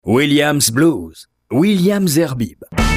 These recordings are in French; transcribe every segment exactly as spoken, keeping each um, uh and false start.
Williams Blues, William Zerbib.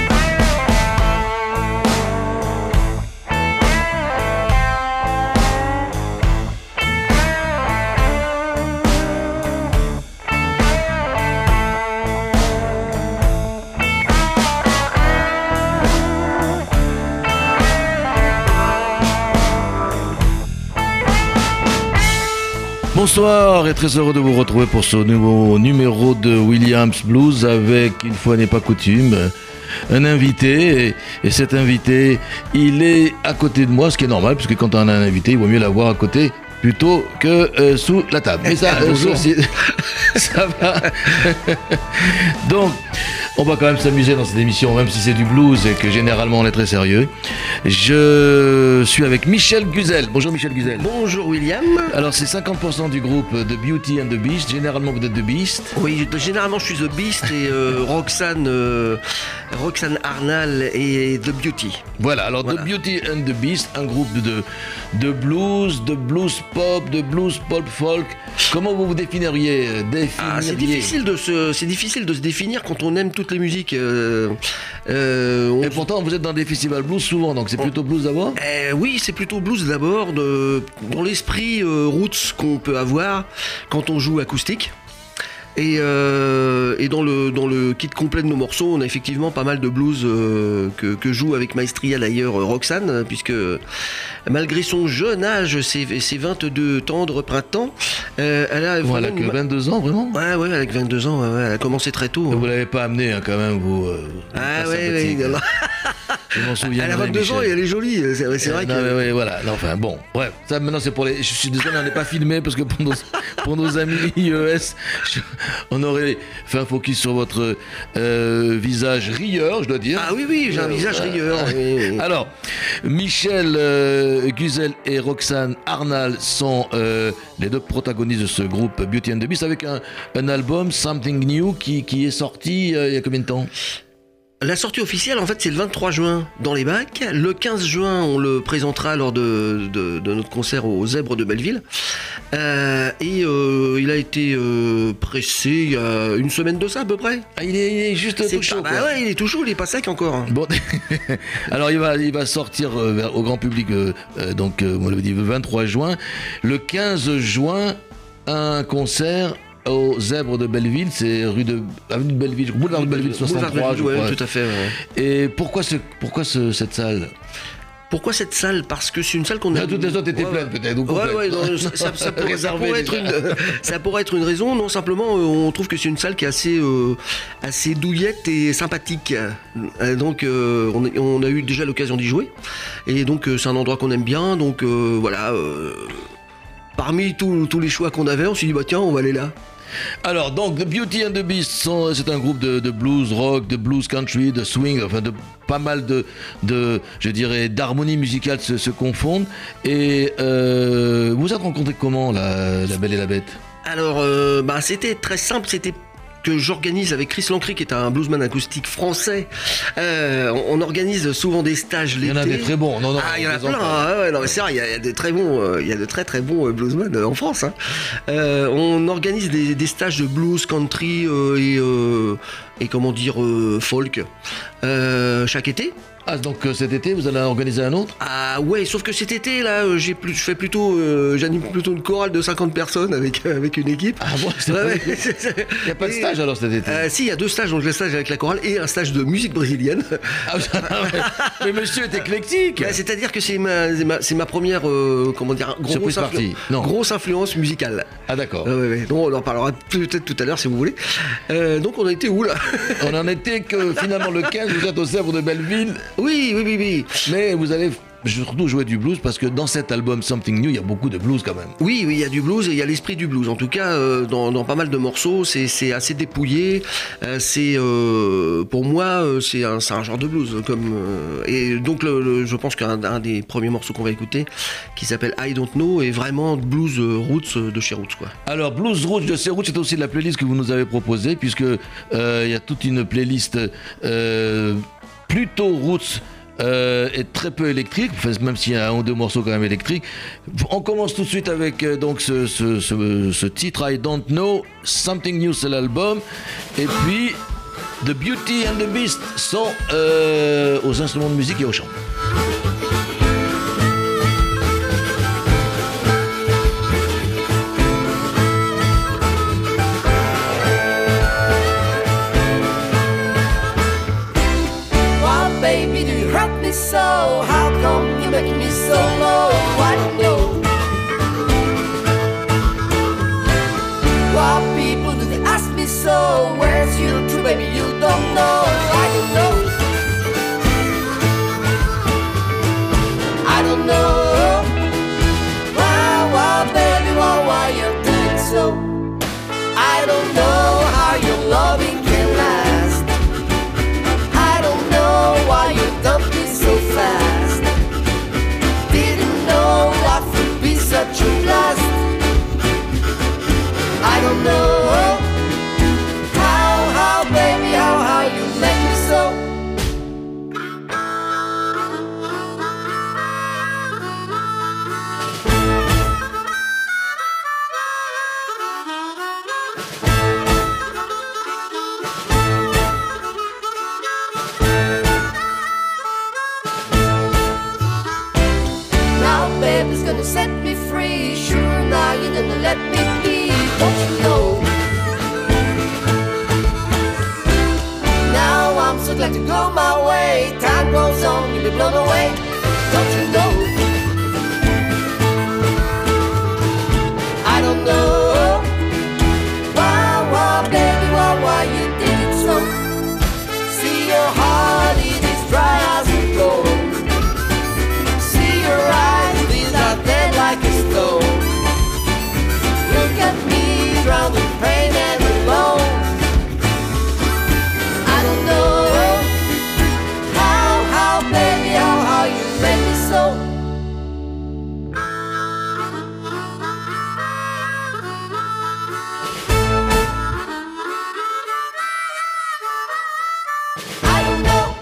Bonsoir et très heureux de vous retrouver pour ce nouveau numéro de Williams Blues avec, une fois n'est pas coutume, un invité. Et, et cet invité, il est à côté de moi, ce qui est normal, puisque quand on a un invité, il vaut mieux l'avoir à côté plutôt que euh, sous la table. Mais ça, euh, ça, ça va. Donc, on va quand même s'amuser dans cette émission, même si c'est du blues et que généralement on est très sérieux. Je suis avec Michel Guzel. Bonjour Michel Guzel. Bonjour William. Alors c'est cinquante pour cent du groupe de Beauty and the Beast. Généralement vous êtes The Beast. Oui, généralement je suis The Beast et euh, Roxane, euh, Roxane Arnal et The Beauty. Voilà, alors voilà. The Beauty and the Beast, un groupe de, de blues, de blues pop, de blues pop folk. Comment vous vous définiriez, définiriez ah, c'est difficile de se, c'est difficile de se définir quand on aime toutes les musiques. Euh, euh, on... Et pourtant, vous êtes dans des festivals blues souvent, donc c'est plutôt blues d'abord. euh, Oui, c'est plutôt blues d'abord, de, dans l'esprit euh, roots qu'on peut avoir quand on joue acoustique. Et, euh, et dans, le, dans le kit complet de nos morceaux, on a effectivement pas mal de blues euh, que, que joue avec maestria d'ailleurs Roxane, puisque malgré son jeune âge, ses, ses vingt-deux tendres printemps, euh, elle a voilà, que vingt-deux ans vraiment. Ouais, ouais, avec vingt-deux ans, ouais, elle a commencé très tôt. Hein. Vous l'avez pas amené hein, quand même, vous. Euh, ah ouais, ouais. Non, non. Je m'en souviens. Elle a vingt-deux ans et elle est jolie. C'est, c'est vrai non, que. Mais, ouais, voilà. Non, enfin bon, bref. Ça maintenant c'est pour les. Je suis désolé, on n'est pas filmé parce que pour nos, pour nos amis I E S, je... on aurait fait un focus sur votre euh, visage rieur, je dois dire. Ah oui, oui, j'ai un euh, visage euh, rieur. Euh, oui, oui. Alors, Michel euh, Guzel et Roxane Arnal sont euh, les deux protagonistes de ce groupe Beauty and the Beast avec un, un album Something New qui, qui est sorti euh, il y a combien de temps ? La sortie officielle, en fait, c'est le vingt-trois juin dans les bacs. Le quinze juin, on le présentera lors de, de, de notre concert aux Zèbres de Belleville. Euh, et euh, il a été euh, pressé il y a une semaine de ça, à peu près. Ah, il, est, il est juste c'est tout chaud, bah quoi. Ouais, il est tout chaud, il est pas sec encore. Bon, alors il va, il va sortir euh, au grand public, euh, euh, donc, euh, on l'avait dit, le vingt-trois juin. Le quinze juin, un concert aux Zèbres de Belleville, c'est rue de avenue de Belleville, boulevard de Belleville soixante-trois, je ouais, crois. Tout à fait. Ouais. Et pourquoi ce, pourquoi ce, cette salle ? Pourquoi cette salle ? Parce que c'est une salle qu'on a. Ah, toutes les autres étaient ouais, pleines peut-être. Donc ouais, ouais, non, ça, ça, ça, pourrait, ça, pourrait être une, ça pourrait être une raison. Non, simplement, euh, on trouve que c'est une salle qui est assez, euh, assez douillette et sympathique. Euh, donc, euh, on, on a eu déjà l'occasion d'y jouer. Et donc, euh, c'est un endroit qu'on aime bien. Donc, euh, voilà. Euh, parmi tous, tous les choix qu'on avait, on s'est dit, bah tiens, on va aller là. Alors, donc, The Beauty and the Beast, sont, c'est un groupe de, de blues rock, de blues country, de swing, enfin, de pas mal de, de je dirais, d'harmonies musicales se, se confondent. Et euh, vous vous êtes rencontrés comment, la, la Belle et la Bête ? Alors, euh, bah, c'était très simple, c'était que j'organise avec Chris Lancry, qui est un bluesman acoustique français. Euh, on, on organise souvent des stages l'été. Il y en a des très bons. Non, non, ah, il y en a plein. Hein, ouais, non, mais c'est vrai, il y a, il y a de très bons, euh, il y a de très très bons euh, bluesmen euh, en France. Hein. Euh, on organise des, des stages de blues, country euh, et, euh, et comment dire euh, folk euh, chaque été. Ah, donc euh, cet été, vous allez organiser un autre ? Ah ouais, sauf que cet été, là, euh, j'ai plus, je fais plutôt, euh, j'anime plutôt une chorale de cinquante personnes avec, euh, avec une équipe. Ah bon, c'est ouais, ouais. Il n'y a pas de stage alors cet été ? euh, Si, il y a deux stages, donc le stage avec la chorale et un stage de musique brésilienne. Ah, ouais. Mais monsieur est éclectique. Bah, c'est-à-dire que c'est ma, c'est ma, c'est ma première, euh, comment dire, grosse, grosse, influ- non. grosse influence musicale. Ah d'accord. Euh, ouais, ouais. Donc on en parlera peut-être tout à l'heure si vous voulez. Euh, donc on a été où là ? On en était que finalement le quinze, vous êtes aux Zèbres de Belleville. Oui, oui, oui, oui. Mais vous allez surtout jouer du blues parce que dans cet album Something New, il y a beaucoup de blues quand même. Oui, oui, il y a du blues et il y a l'esprit du blues. En tout cas, euh, dans, dans pas mal de morceaux, c'est, c'est assez dépouillé. Euh, c'est, euh, pour moi, euh, c'est, un, c'est un genre de blues. Comme, euh, et donc, le, le, je pense qu'un un des premiers morceaux qu'on va écouter, qui s'appelle I Don't Know, est vraiment blues euh, roots de chez Roots, quoi. Alors, blues roots de chez Roots, c'est aussi la playlist que vous nous avez proposée, puisque euh, il y a toute une playlist euh, plutôt roots. euh, est très peu électrique, enfin, même s'il y a un ou deux morceaux quand même électriques. On commence tout de suite avec euh, donc ce, ce, ce, ce titre I Don't Know, Something New, c'est l'album, et puis The Beauty and the Beast sont euh, aux instruments de musique et au chant. Baby, do you hurt me so? How come you make me so low? I don't know. Why people do they ask me so? Where's you to, baby? You don't know. I don't know. I don't know. Why, why, baby, why, why you doing so? I don't know how your loving can last. I don't know why you dumped me so fast. Didn't know life would be such a blast. I don't know how, how, baby, how, how you make me so. Baby's gonna set me free. Sure, now you're gonna let me be. Don't you know? Now I'm so glad to go my way. Time goes on, you'll be blown away. Don't you know? I don't know. Why, why, baby, why, why you did it so? See your heart, it is dry as a gold. See your eyes, dead like a stone. Look at me, drowned in pain and alone. I don't know how, how, baby, how, how you make me so. I don't know.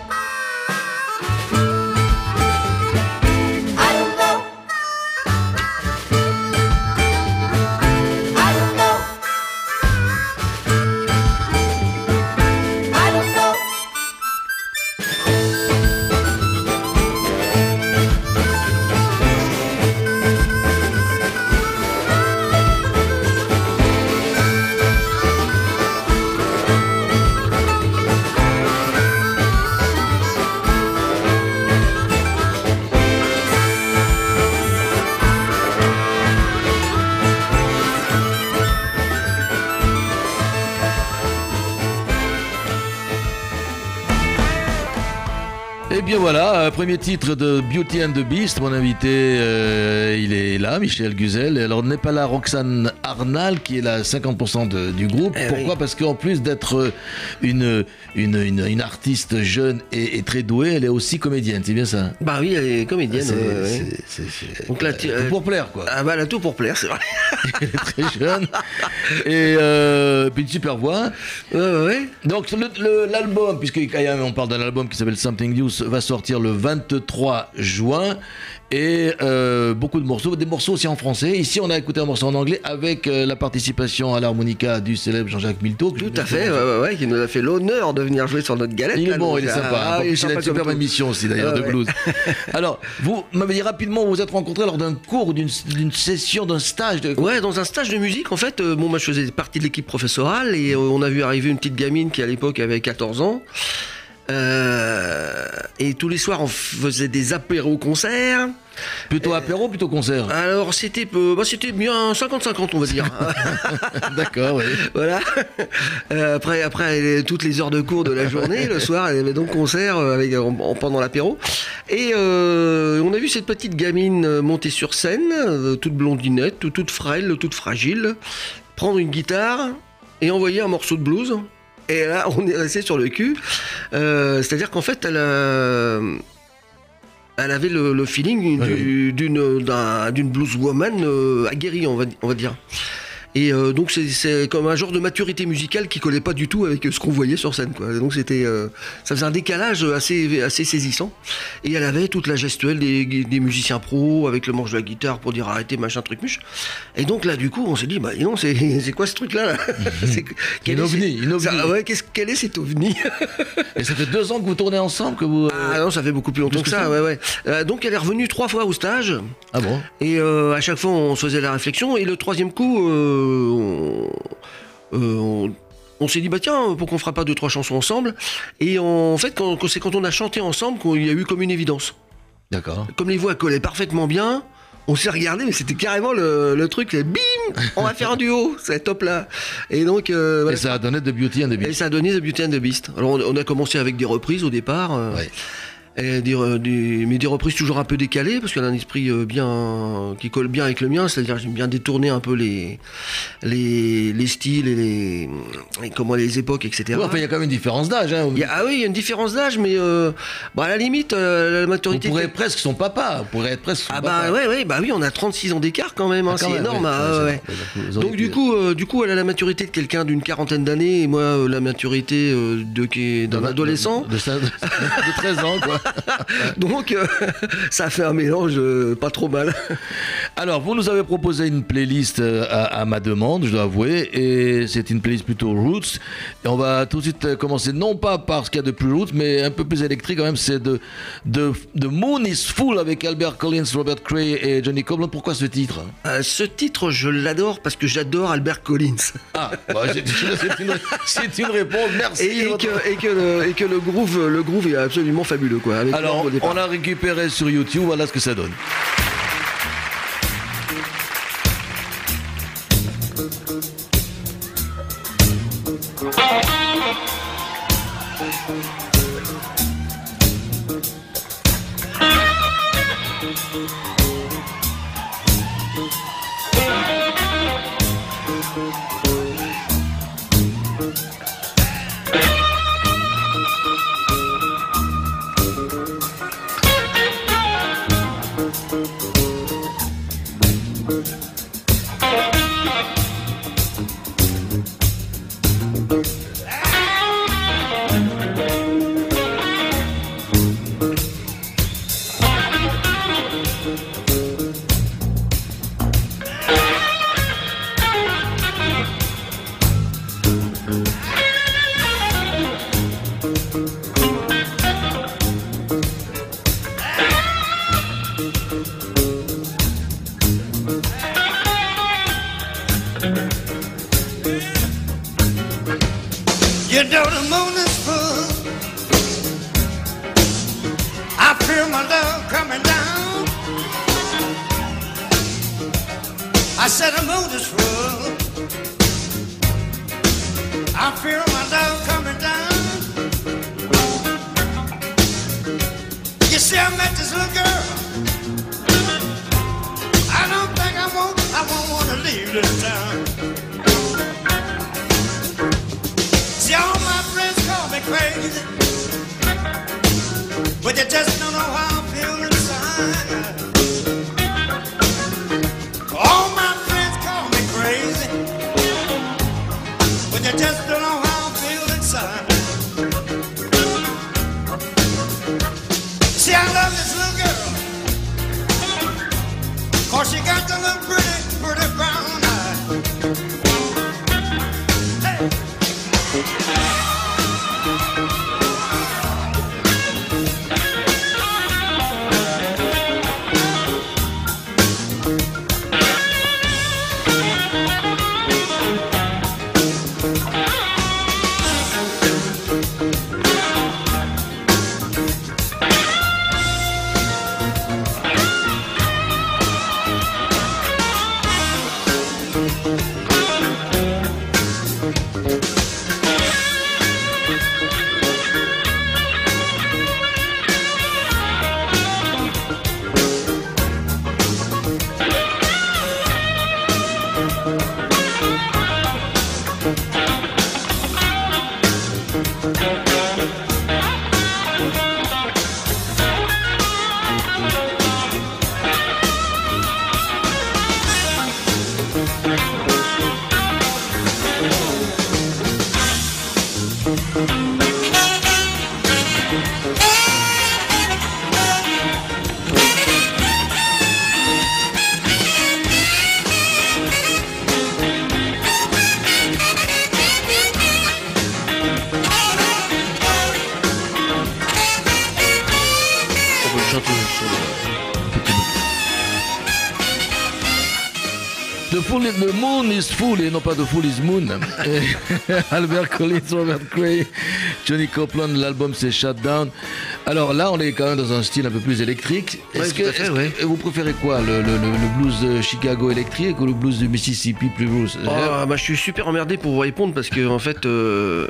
I don't know. Et bien voilà, premier titre de Beauty and the Beast. Mon invité, euh, il est là, Michel Guzel. Et alors, n'est pas là Roxane Arnal, qui est là cinquante pour cent de, du groupe. Eh Pourquoi ? oui. Parce qu'en plus d'être une, une, une, une artiste jeune et, et très douée, elle est aussi comédienne, c'est bien ça ? Bah oui, elle est comédienne. C'est, ouais, ouais. c'est, c'est, c'est, Donc là, tu- tout euh, pour plaire, quoi. Ah bah, elle a tout pour plaire, c'est vrai. Elle est très jeune. Et euh, puis une super voix. Ouais, ouais, ouais. Donc le, le, l'album, puisqu'on parle d'un album qui s'appelle Something New, va sortir le vingt-trois juin. Et euh, beaucoup de morceaux, des morceaux aussi en français. Ici, on a écouté un morceau en anglais avec euh, la participation à l'harmonica du célèbre Jean-Jacques Milteau. Tout à fait, ouais, ouais, ouais, qui nous a fait l'honneur de venir jouer sur notre galette. Il est là, bon, donc, il est ah, sympa. ah, En il est plus, il a sympa une super comme tout. émission aussi d'ailleurs Ah, de ouais. blues. Alors, vous m'avez dit rapidement, vous vous êtes rencontrés lors d'un cours, d'une, d'une session, d'un stage. De... Ouais, dans un stage de musique, en fait, euh, bon, moi je faisais partie de l'équipe professorale et euh, on a vu arriver une petite gamine qui à l'époque avait quatorze ans. Euh, et tous les soirs on faisait des apéros-concerts. Plutôt apéro, plutôt concert. Alors c'était, euh, bah, c'était bien cinquante cinquante on va dire. D'accord, oui. Voilà. Euh, après, après les- toutes les heures de cours de la journée, le soir, il y avait donc concert euh, avec, en- en- pendant l'apéro. Et euh, on a vu cette petite gamine euh, monter sur scène, euh, toute blondinette, toute, toute frêle, toute fragile, prendre une guitare et envoyer un morceau de blues. Et là, on est resté sur le cul. Euh, c'est-à-dire qu'en fait, elle a... Elle avait le, le feeling du- Oui, d'une, d'un- d'une blueswoman euh, aguerrie, on va, on va dire. Et euh, donc c'est, c'est comme un genre de maturité musicale qui collait pas du tout avec ce qu'on voyait sur scène, quoi. Donc c'était, euh, ça faisait un décalage assez, assez saisissant. Et elle avait toute la gestuelle des, des musiciens pros avec le manche de la guitare pour dire arrêtez machin truc muche. Et donc là du coup on s'est dit bah non c'est, c'est quoi ce truc là, là c'est, Une ovni, une ovni. Ça, ouais, qu'est-ce, quel est cet ovni? Et ça fait deux ans que vous tournez ensemble que vous. Ah non, ça fait beaucoup plus longtemps Plus que, que ça, ça. ouais, ouais. Euh, donc elle est revenue trois fois au stage, Ah bon? et euh, à chaque fois on se faisait la réflexion, et le troisième coup, euh, on, euh, on, on s'est dit, bah tiens, pourquoi on fera pas deux, trois chansons ensemble? Et en fait, quand, quand, c'est quand on a chanté ensemble qu'il y a eu comme une évidence. D'accord. Comme les voix collaient parfaitement bien, on s'est regardé, mais c'était carrément le, le truc, bim, on va faire un duo, c'est top là. Et donc, euh, Et voilà. ça a donné The Beauty and the Et Beast. ça a donné The Beauty and the Beast. Alors on, on a commencé avec des reprises au départ, euh, Ouais. et des, euh, des- mais des reprises toujours un peu décalées, parce qu'elle a un esprit euh, bien qui colle bien avec le mien, c'est-à-dire j'aime bien détourner un peu les les, les styles et les et comment les époques, et cetera. Ouais, enfin, il y a quand même une différence d'âge. Hein. Il y a- ah oui, il y a une différence d'âge, mais euh, bah, à la limite, euh, la Vous maturité. pourrez être presque son papa. Vous pourrez être presque son Ah papa. bah ouais, ouais, bah oui, on a trente-six ans d'écart quand même, hein, Ah, quand c'est même, énorme. ouais. ah, Ouais, ouais. c'est vrai. Vous auriez Donc pu- du coup, euh, du coup, elle a la maturité de quelqu'un d'une quarantaine d'années, et moi euh, la maturité euh, de qui- d'un de- adolescent. De, de, de- de treize ans, quoi. Donc euh, ça fait un mélange euh, pas trop mal. Alors, vous nous avez proposé une playlist euh, à, à ma demande, je dois avouer, et c'est une playlist plutôt roots. Et on va tout de suite euh, commencer, non pas par ce qu'il y a de plus roots, mais un peu plus électrique quand même, c'est de, de, de Moon is Full avec Albert Collins, Robert Cray et Johnny Copeland. Pourquoi ce titre? Euh, ce titre, je l'adore parce que j'adore Albert Collins. Ah, bah, c'est, c'est une, c'est une réponse, merci. Et, et votre- que, et, que le, et que le groove, le groove est absolument fabuleux, quoi. Avec Alors, l'ordre au départ. on l'a récupéré sur YouTube, voilà ce que ça donne. You know the moon is full. I feel my love coming down. I said the moon is full. I feel my love coming down. You see, I met this little girl. I don't think I won't, I won't want to leave this town. See, all my friends call me crazy, but they just don't know how I feel inside. All my friends call me crazy, but they just don't know how I feel inside. See, I love this little girl, cause she got the little pretty, pretty brown eye. Hey. On peut le chanter sur le petit bout. The, full, the moon is full et non pas The Fool is Moon. Et Albert Collins, Robert Cray, Johnny Copeland, l'album c'est Shutdown. Alors là, on est quand même dans un style un peu plus électrique. Est-ce Ouais, que, tout à fait, est-ce ouais. que vous préférez quoi, le, le, le, le blues de Chicago électrique ou le blues du Mississippi plus blues? Oh, bah, je suis super emmerdé pour vous répondre parce que en fait, euh,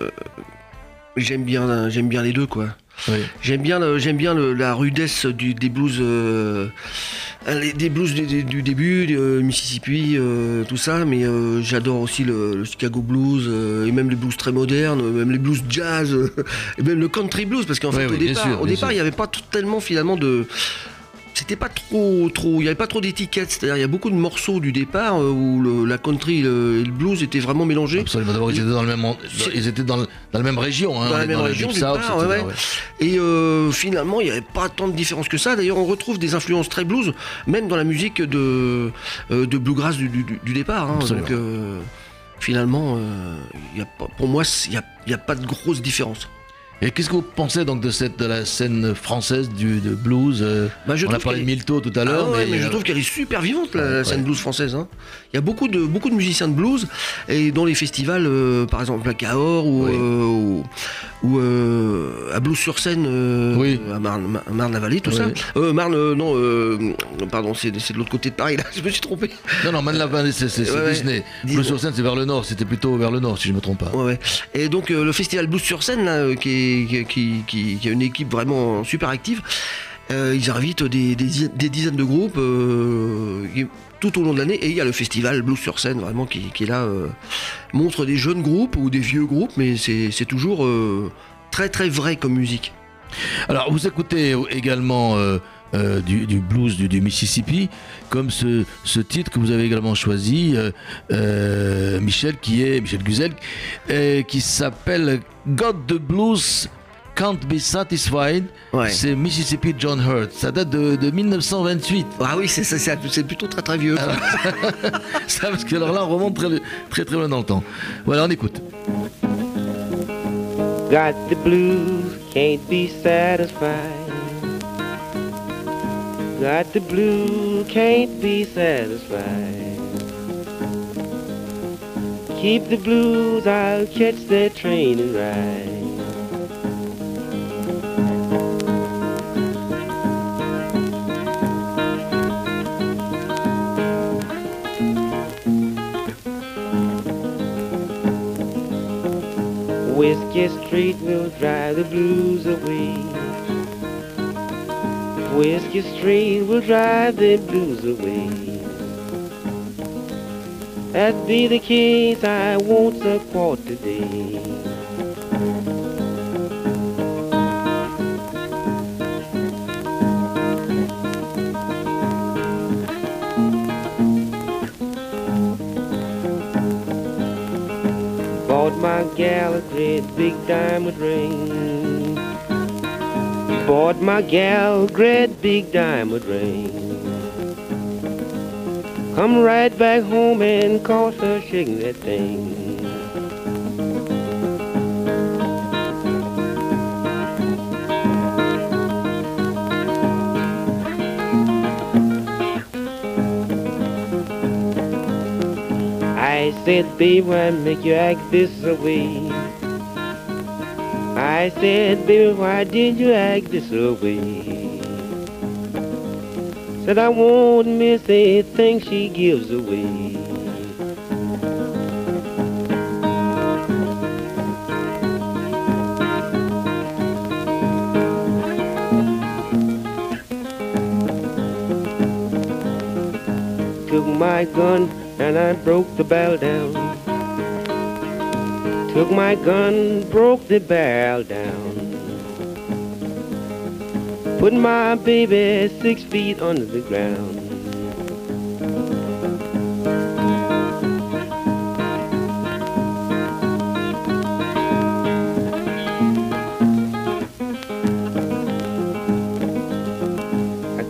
j'aime bien, j'aime bien les deux quoi. Oui. J'aime bien, le- j'aime bien le- la rudesse du, des blues, euh, les- des blues du, du- du début, du euh, Mississippi, euh, tout ça. Mais euh, j'adore aussi le, le Chicago blues euh, et même les blues très modernes, même les blues jazz euh, et même le country blues parce qu'en Oui, fait oui, au bien départ, sûr, au bien départ, sûr. il n'y avait pas tout- tellement finalement de c'était pas trop, trop, il n'y avait pas trop d'étiquettes. C'est-à-dire, il y a beaucoup de morceaux du départ euh, où le- la country et le, et le blues étaient vraiment mélangés. Absolument. D'abord, ils étaient dans le même, en- dans- ils étaient dans, le- dans la même région. Hein. Dans On la est même le région, Deep d'une South, part, et cetera, ouais, ouais. Et euh, finalement, il n'y avait pas tant de différence que ça. D'ailleurs, on retrouve des influences très blues, même dans la musique de, euh, de bluegrass du, du- du départ. hein. Absolument. Donc, euh, finalement, euh, il y a pas- pour moi, il n'y a, il y a pas de grosse différence. Et qu'est-ce que vous pensez donc de cette de la scène française du de blues euh, Bah, je On a trouve parlé de qu'elle est- Milto tout à Ah l'heure, ouais, mais, je euh, trouve qu'elle est super vivante, la, la Ouais, scène ouais. blues française. hein. Il y a beaucoup de, beaucoup de musiciens de blues, et dans les festivals, euh, par exemple à Cahors ou, Oui. euh, ou, ou, euh, à Blues-sur-Seine, euh, Oui. à Marne, à Marne-la-Vallée, tout Oui. ça. Euh, Marne, euh, non, euh, pardon, c'est c'est de l'autre côté de Paris, là, je me suis trompé. non, non, Man c'est c'est- c'est Ouais, ouais. Disney. Disney. Bleu sur scène, c'est vers le nord. C'était plutôt vers le nord, si je ne me trompe pas. Ouais, ouais. Et donc euh, le festival Blues-sur-Seine, là, euh, qui, est- qui, qui, qui a une équipe vraiment super active, euh, ils invitent des, des, des dizaines de groupes euh, qui- tout au long de l'année, et il y a le festival Blues-sur-Seine vraiment qui, qui est là, euh, montre des jeunes groupes ou des vieux groupes, mais c'est c'est toujours euh, très très vrai comme musique. Alors, vous écoutez également euh, euh, du, du blues du, du Mississippi, comme ce, ce titre que vous avez également choisi, euh, euh, Michel, qui est Michel Guzel, euh, qui s'appelle God the Blues Can't Be Satisfied. Ouais. C'est Mississippi John Hurt. Ça date de, de mille neuf cent vingt-huit. Ah oui, c'est c'est- c'est- c'est plutôt très très vieux. Ça, parce que alors là, on remonte très très très loin dans le temps. Voilà, on écoute. Got the blues, can't be satisfied. Got the blues, can't be satisfied. Keep the blues, I'll catch that train and ride. Whiskey Street will drive the blues away. Whiskey Street will drive the blues away. That be the case, I won't support today. Bought my gal a great big diamond ring. Bought my gal a great big diamond ring. Come right back home and caught her shaking that thing. I said, baby, why make you act this way? I said, baby, why did you act this way? Said I won't miss a thing she gives away. Took my gun and I broke the barrel down. Took my gun, broke the barrel down. Put my baby six feet under the ground.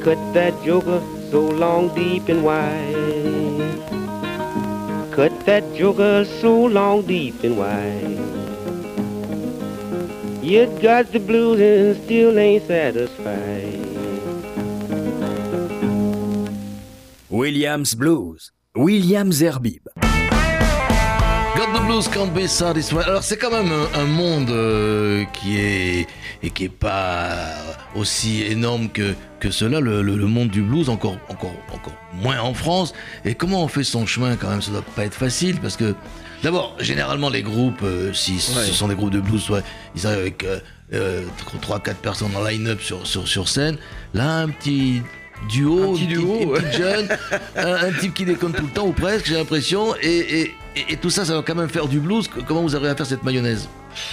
cut that joker so long, deep and wide. Cut that joker so long, deep and wide. You got the blues and still ain't satisfied. Williams Blues, Williams Herbib. Got the blues can't be satisfied. Alors c'est quand même un, un monde euh, qui est et qui est pas aussi énorme que que cela, le, le, le monde du blues, encore encore encore moins en France. Et comment on fait son chemin quand même, ça doit pas être facile parce que d'abord généralement les groupes, euh, si ouais. ce sont des groupes de blues, soit ils arrivent avec euh, euh, trois quatre personnes en line-up sur sur sur scène. Là un petit duo, un petit duo, une petite jeune, un, un type qui déconne tout le temps ou presque, j'ai l'impression, et, et, et, et tout ça, ça va quand même faire du blues. Comment vous arrivez à faire cette mayonnaise?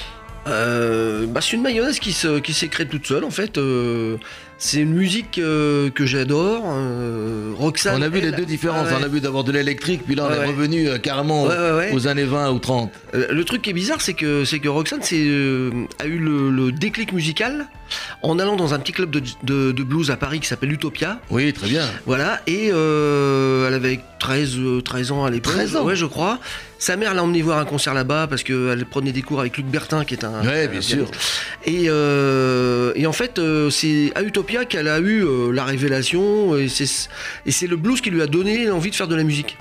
euh, bah, C'est une mayonnaise qui, se, qui s'est créée toute seule en fait. Euh, c'est une musique euh, que j'adore. Euh, Roxane. On a vu elle, les deux différences. ah ouais. On a vu d'abord de l'électrique, puis là on ouais, est ouais. revenu euh, carrément ouais, ouais, ouais. aux années vingt ou trente. Euh, le truc qui est bizarre, c'est que, c'est que Roxane c'est, euh, a eu le, le déclic musical en allant dans un petit club de, de, de blues à Paris qui s'appelle Utopia. Oui, très bien. Voilà, et euh, elle avait treize, treize ans à l'époque. treize ans. Ouais, je crois. Sa mère l'a emmenée voir un concert là-bas parce qu'elle prenait des cours avec Luc Bertin, qui est un. Ouais, bien un sûr. Et, euh, et en fait, euh, c'est à Utopia qu'elle a eu euh, la révélation, et c'est, et c'est le blues qui lui a donné l'envie de faire de la musique.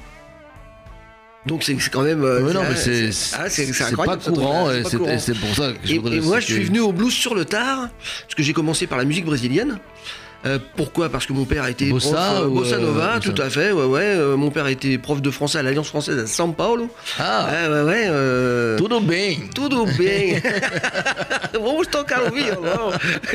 Donc c'est, c'est quand même. Euh, ouais, non, c'est, mais c'est, c'est, ah, c'est, c'est, c'est incroyable, pas courant, c'est et pas c'est, courant. et c'est pour ça que je Et, voudrais et moi, je citer. suis venu au blues sur le tard, parce que j'ai commencé par la musique brésilienne. Euh, pourquoi ? Parce que mon père était Bossa, prof euh, ou, Bossa Nova, euh, tout Bossa. à fait, ouais, ouais. Euh, mon père était prof de français à l'Alliance française à São Paulo. Ah, Ouais, ouais, ouais. Euh... tudo bem. Tudo bem. Vamos tocar o violon.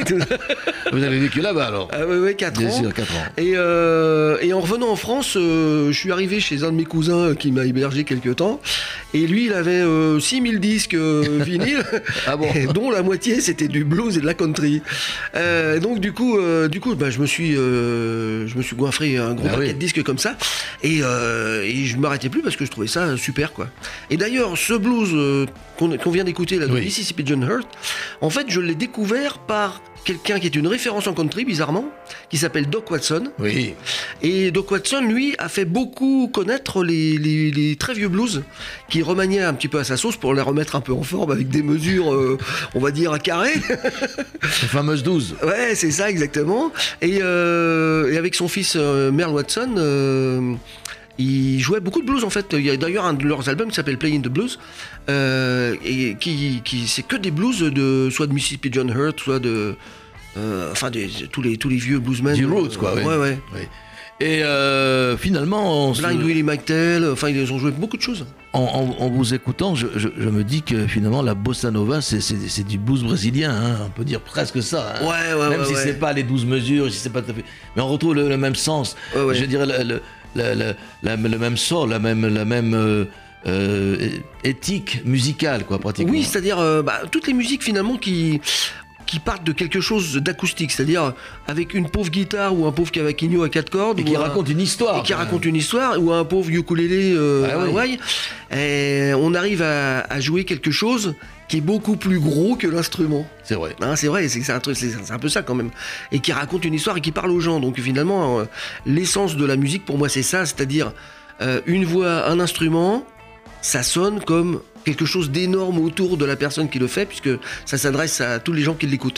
Vous avez vécu là-bas alors? Ah, ouais, ouais, quatre Bien ans. sûr, quatre ans. Et, euh, et en revenant en France, euh, je suis arrivé chez un de mes cousins qui m'a hébergé quelques temps. Et lui, il avait euh, six mille disques euh, vinyles, Ah bon? et dont la moitié c'était du blues et de la country. Euh, donc du coup, euh, du coup, bah, je me suis, euh, je me suis goinfré un gros Ah paquet oui. de disques comme ça, et, euh, et je m'arrêtais plus parce que je trouvais ça super, quoi. Et d'ailleurs, ce blues euh, qu'on, qu'on vient d'écouter là, de Oui. Mississippi John Hurt, en fait, je l'ai découvert par quelqu'un qui est une référence en country, bizarrement, qui s'appelle Doc Watson. Oui. Et Doc Watson, lui, a fait beaucoup connaître les, les, les très vieux blues, qui remaniait un petit peu à sa sauce pour les remettre un peu en forme avec des mesures, euh, on va dire, à carré. Les fameuses douze. Ouais, c'est ça, exactement. Et, euh, et avec son fils euh, Merle Watson, euh, il jouait beaucoup de blues en fait. Il y a d'ailleurs un de leurs albums qui s'appelle Playing the Blues, euh, et qui, qui c'est que des blues de soit de Mississippi John Hurt, soit de, euh, enfin des, tous les tous les vieux bluesmen. Du roots, quoi, Euh, oui. Ouais, ouais. Oui. Et euh, finalement, on se- Blind Willie McTell. Enfin, ils ont joué beaucoup de choses. en, en- en vous écoutant, je, je- je me dis que finalement la bossa nova, c'est, c'est- c'est du blues brésilien, hein, on peut dire presque ça. hein. Ouais, ouais, Même ouais, si ouais. c'est pas les douze mesures, si c'est pas tout à fait, mais on retrouve le, le même sens. Ouais, ouais. Je dirais le, le, le, le- la- le même sol, la même, la même euh, euh, éthique musicale, quoi, pratiquement. Oui, c'est-à-dire euh, bah, toutes les musiques finalement qui qui partent de quelque chose d'acoustique, c'est-à-dire avec une pauvre guitare ou un pauvre cavaquinho à quatre cordes, Et qui ou un- raconte une histoire. et qui quand même. raconte une histoire, ou un pauvre ukulélé euh, Ah à oui. Hawaï. Et on arrive à, à jouer quelque chose qui est beaucoup plus gros que l'instrument. C'est vrai. Hein, c'est vrai, c'est, c'est, un truc, c'est, c'est un peu ça quand même. Et qui raconte une histoire et qui parle aux gens. Donc finalement, euh, l'essence de la musique pour moi c'est ça, c'est-à-dire euh, une voix, un instrument, ça sonne comme quelque chose d'énorme autour de la personne qui le fait, puisque ça s'adresse à tous les gens qui l'écoutent.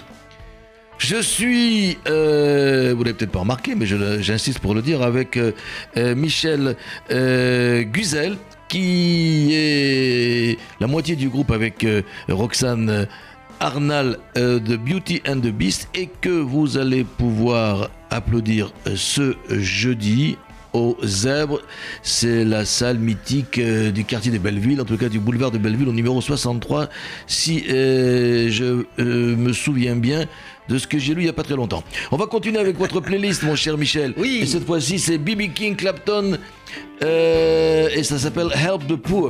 Je suis, euh, vous l'avez peut-être pas remarqué, mais je le- j'insiste pour le dire, avec euh, euh, Michel euh, Guzel, qui est la moitié du groupe avec euh, Roxane Arnal euh, de Beauty and the Beast, et que vous allez pouvoir applaudir euh, ce jeudi au Zèbre. C'est la salle mythique euh, du quartier de Belleville, en tout cas du boulevard de Belleville au numéro soixante-trois, si euh, je euh, me souviens bien de ce que j'ai lu il n'y a pas très longtemps. On va continuer avec votre playlist, mon cher Michel. Oui. Et cette fois-ci, c'est B B King, Clapton, euh, et ça s'appelle Help the Poor.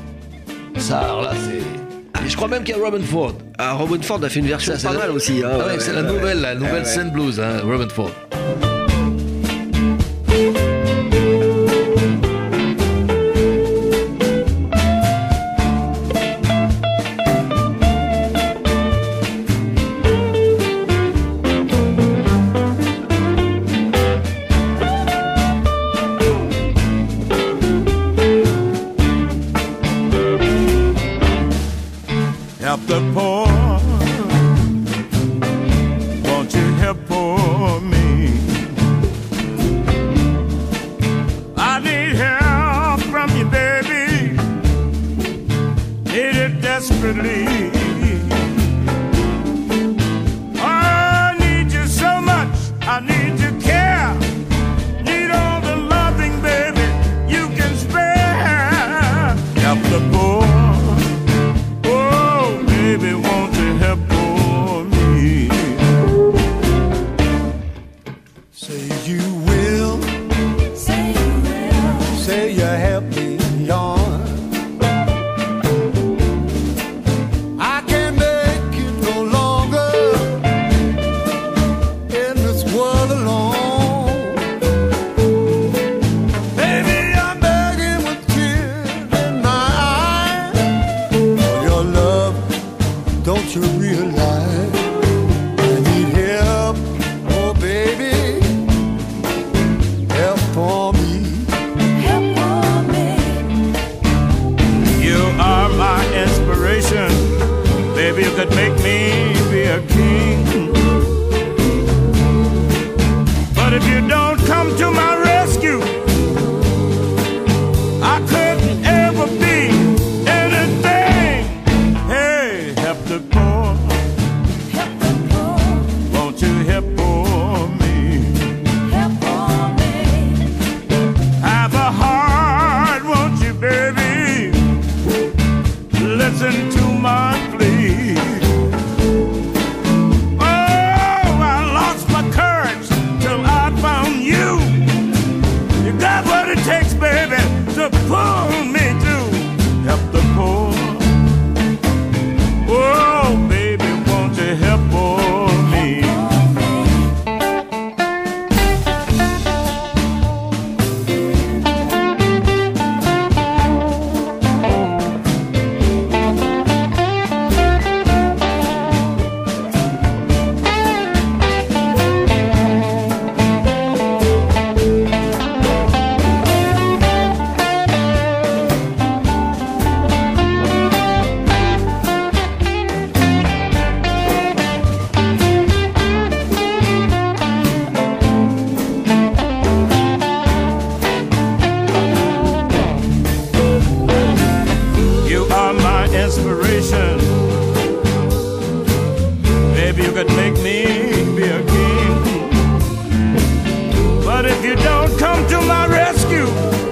Ça, alors là, c'est... Et je crois même qu'il y a Robin Ford. Ah, Robin Ford a fait une version Ça, c'est pas la- mal aussi. Hein, Ah ouais, c'est la nouvelle, la nouvelle ouais. scène blues, hein, Robin Ford. life. I need help, oh baby, help for me. Help for me. You are my inspiration. Baby, you could make me be a king. But if you don't come to my rescue, I couldn't ever be anything. Hey, help the poor. Help the poor. Won't you help for me? Help for me. Have a heart, won't you, baby? Listen to my plea. Oh, I lost my courage till I found you. You got what it takes, baby, to pull me through. Help the poor. Oh, baby, won't you help for me? You are my inspiration. Baby, you could make me be a king. But if you don't come to my rescue,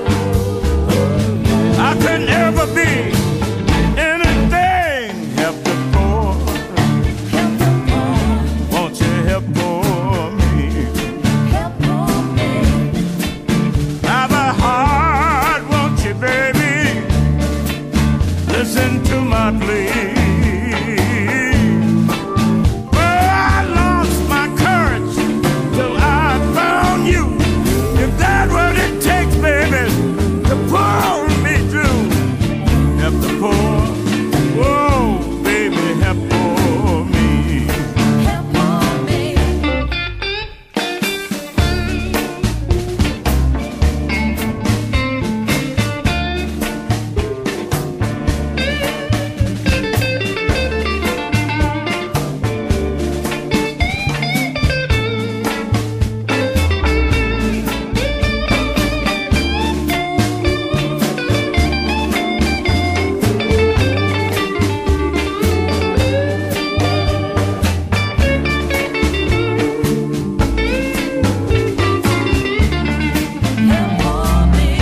I couldn't ever be anything. Help the poor. Help the poor. Won't you help for me? Help for me. Have a heart, won't you, baby? Listen to my plea. Well, I lost my courage till I found you. You got what it takes, baby, to pull me through. Help the poor. Whoa, baby, help for me. Help for me. Help for me.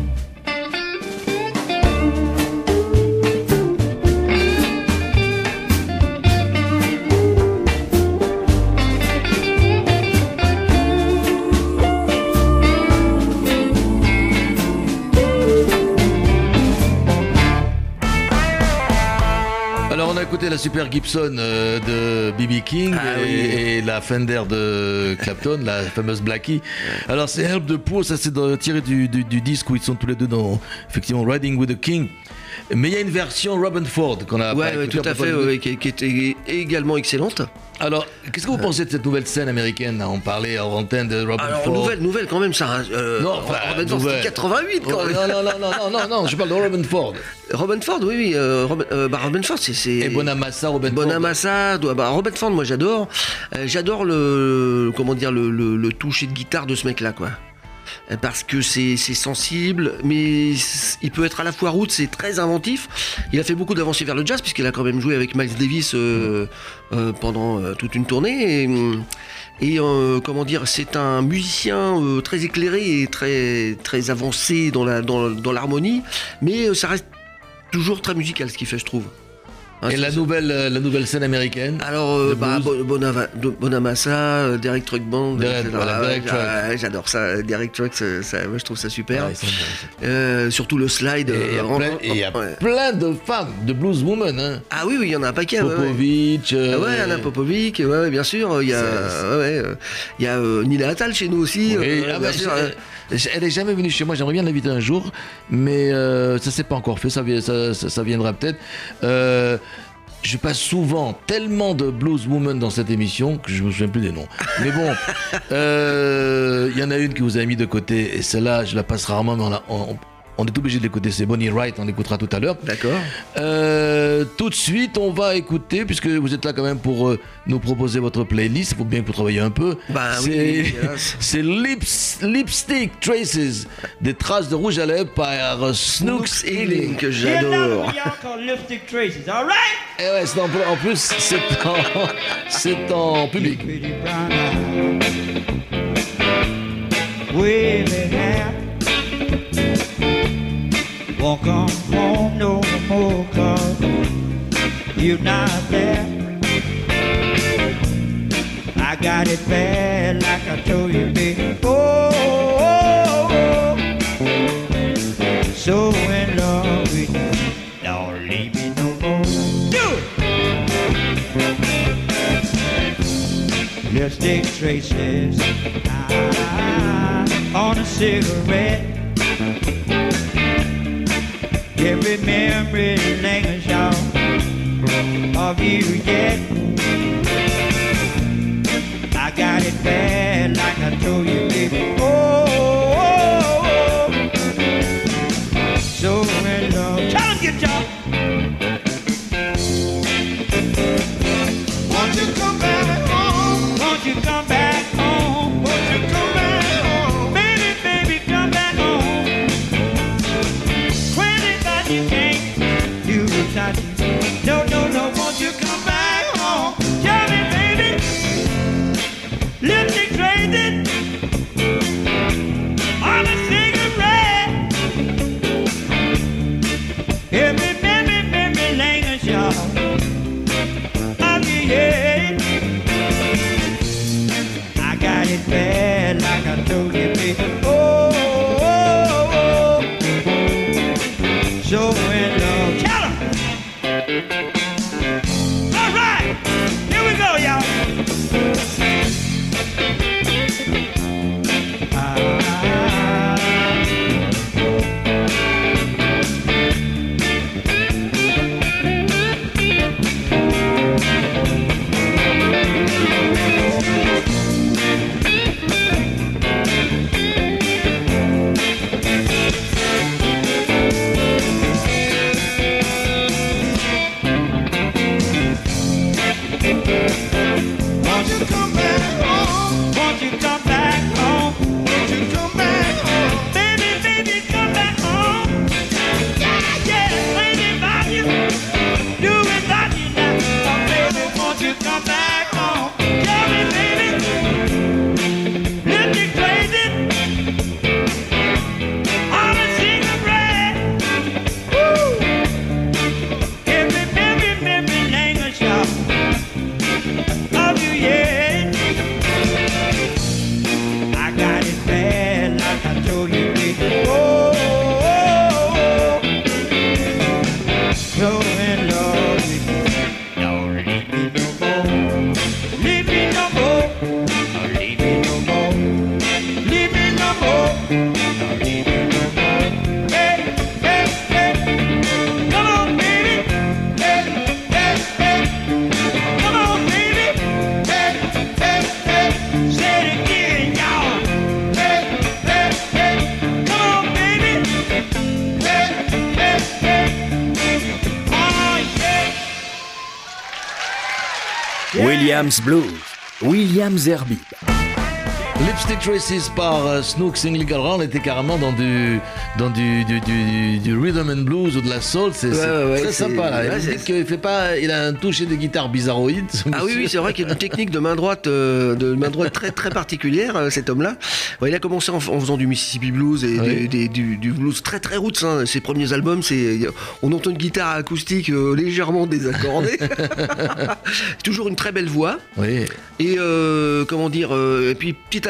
Alors on a écouté la Super Gibson euh, de B B King Ah et, oui. et la Fender de Clapton, la fameuse Blackie. Alors c'est Help the Poor, ça c'est dans- tiré du, du, du disque où ils sont tous les deux dans effectivement Riding with the King. Mais il y a une version Robin Ford qu'on a Ouais, pas ouais, écoutée, tout à on peut fait, pas ouais, le- ouais, qui, qui était également excellente. Alors qu'est-ce que vous pensez de cette nouvelle scène américaine là? On parlait en antenne de Robin Alors, Ford. nouvelle, nouvelle quand même, ça. Euh, Non, enfin, Robin Ford, nouvelle. c'était quatre-vingt-huit quand Oh, même. non, non, non, non, non, non, non, je parle de Robin Ford. Robin Ford, oui, oui. Euh, Robin, euh, bah, Robin Ford, c'est. c'est- Et Bonamassa, Robin Ford. Bonamassa, doit- bah, Robin Ford, moi j'adore. Euh, j'adore le, comment dire, le, le, le toucher de guitare de ce mec-là, quoi. Euh, Parce que c'est c'est sensible, mais c- il peut être à la fois roots, c'est très inventif. Il a fait beaucoup d'avancées vers le jazz, puisqu'il a quand même joué avec Miles Davis euh, euh, pendant euh, toute une tournée. Et, et, euh, comment dire, c'est un musicien euh, très éclairé et très, très avancé dans la, dans, dans l'harmonie, mais euh, ça reste toujours très musical ce qu'il fait, je trouve. Hein, Et c'est- la nouvelle, euh, la nouvelle scène américaine. alors, euh, Le bah, blues. Bo- Bonava- de- Bonamassa, euh, Derek Truck Band, Derek- et cetera. voilà, Derek Ouais, Truck. ouais, j'adore ça. Derek Truck, ça, ça- ouais, je trouve ça super. Ah, ils sont bons, ils sont Euh, surtout le slide. bons. Et il y a euh, en- plein- et il y a ouais. plein de femmes, de blueswomen. Hein. Ah oui, oui, il y en a un paquet. ouais, ouais. Popovic. euh, Ah ouais, Anna Popovic, ouais, ouais, bien sûr. Il y a, C'est- ouais, ouais, euh, il y a euh, Nina Attal chez nous aussi. Oui, euh, ah bien bah, sûr, je- euh. je- elle est jamais venue chez moi. J'aimerais bien l'inviter un jour, mais euh, ça s'est pas encore fait. Ça, vi- ça, ça- ça viendra peut-être. Euh, je passe souvent tellement de blues women dans cette émission que je me souviens plus des noms. Mais bon, euh, il y en a une que vous avez mis de côté et celle-là, je la passe rarement, mais on, a, on, on est obligé de l'écouter. C'est Bonnie Wright, on l'écoutera tout à l'heure. D'accord. Euh, tout de suite, on va écouter, puisque vous êtes là quand même pour euh, nous proposer votre playlist. Il faut bien que vous travaillez un peu. Bah c'est, oui, hélas. c'est Lips, Lipstick Traces, des traces de rouge à lèvres par euh, Snooks Snooks Ealing. Ealing, que Here's another j'adore. one y'all called Lipstick Traces, all right? Et ouais, c'est en, en plus, c'est en, c'est en public. Pretty brown eyes, wavy hair. Won't come home no more 'cause you're not there. I got it bad like I told you, baby. Oh, oh, oh. So in love with you. Don't leave me no more. Do it! Lipstick traces ah, on a cigarette. Every memory lingers out of you yet. I got it bad like I told you, baby. Oh, oh, oh. So in love. Tell 'em, guitar. Won't you come back home? Won't you come back home? Won't you come back home? Baby, baby, come back home. Crazy that you can't do without you. No, no, no, won't you come back home? Tell me, baby. Lipstick crazy on a cigarette. Every memory, memory lingers, y'all. Of your head. I got it bad like I told you, baby. Oh, oh, oh. So in love. Tell 'em. All right. Here we go, y'all. Ah. Won't you come back home? Won't you come back home? Won't you come back home? Baby, baby, come back home. Yeah, yeah, crazy about you. Do without you now. Oh, baby, won't you come back home? Tell me, baby. Lift you crazy. On a cigarette. Woo. Every, every, every language, y'all. Of you, yeah. I got it bad like I told you, baby. Oh, oh, oh. So in love with you. Don't leave me no more. Leave me no more. Don't leave me no more. Leave me no more. Don't leave me no more. Hey, hey, hey. Come on, baby. Hey, hey, hey. Come on, baby. Hey, hey, hey. Say it again, y'all. Hey, hey, hey. Come on, baby. Hey, hey, hey. Oh, yeah. Williams Blues, Williams Herbie. Lipstick Traces par euh, Snooks Ealing. Alors là, on était carrément dans du, dans du, du, du, du rhythm and blues ou de la soul. C'est, Ouais, c'est ouais, ouais, très c'est- sympa là. ouais, Vous c'est- dites qu'il fait pas, il a un toucher de guitare bizarroïde. ce Ah oui, monsieur. oui, c'est vrai qu'il y a une technique de main droite, euh, de main droite très très particulière, euh, cet homme-là. Ouais, il a commencé en, en faisant du Mississippi blues et Oui. des- des- du, du blues très très roots. Hein. Ses premiers albums, c'est, on entend une guitare acoustique euh, légèrement désaccordée. Toujours une très belle voix. Oui. Et euh, comment dire, euh, et puis petit à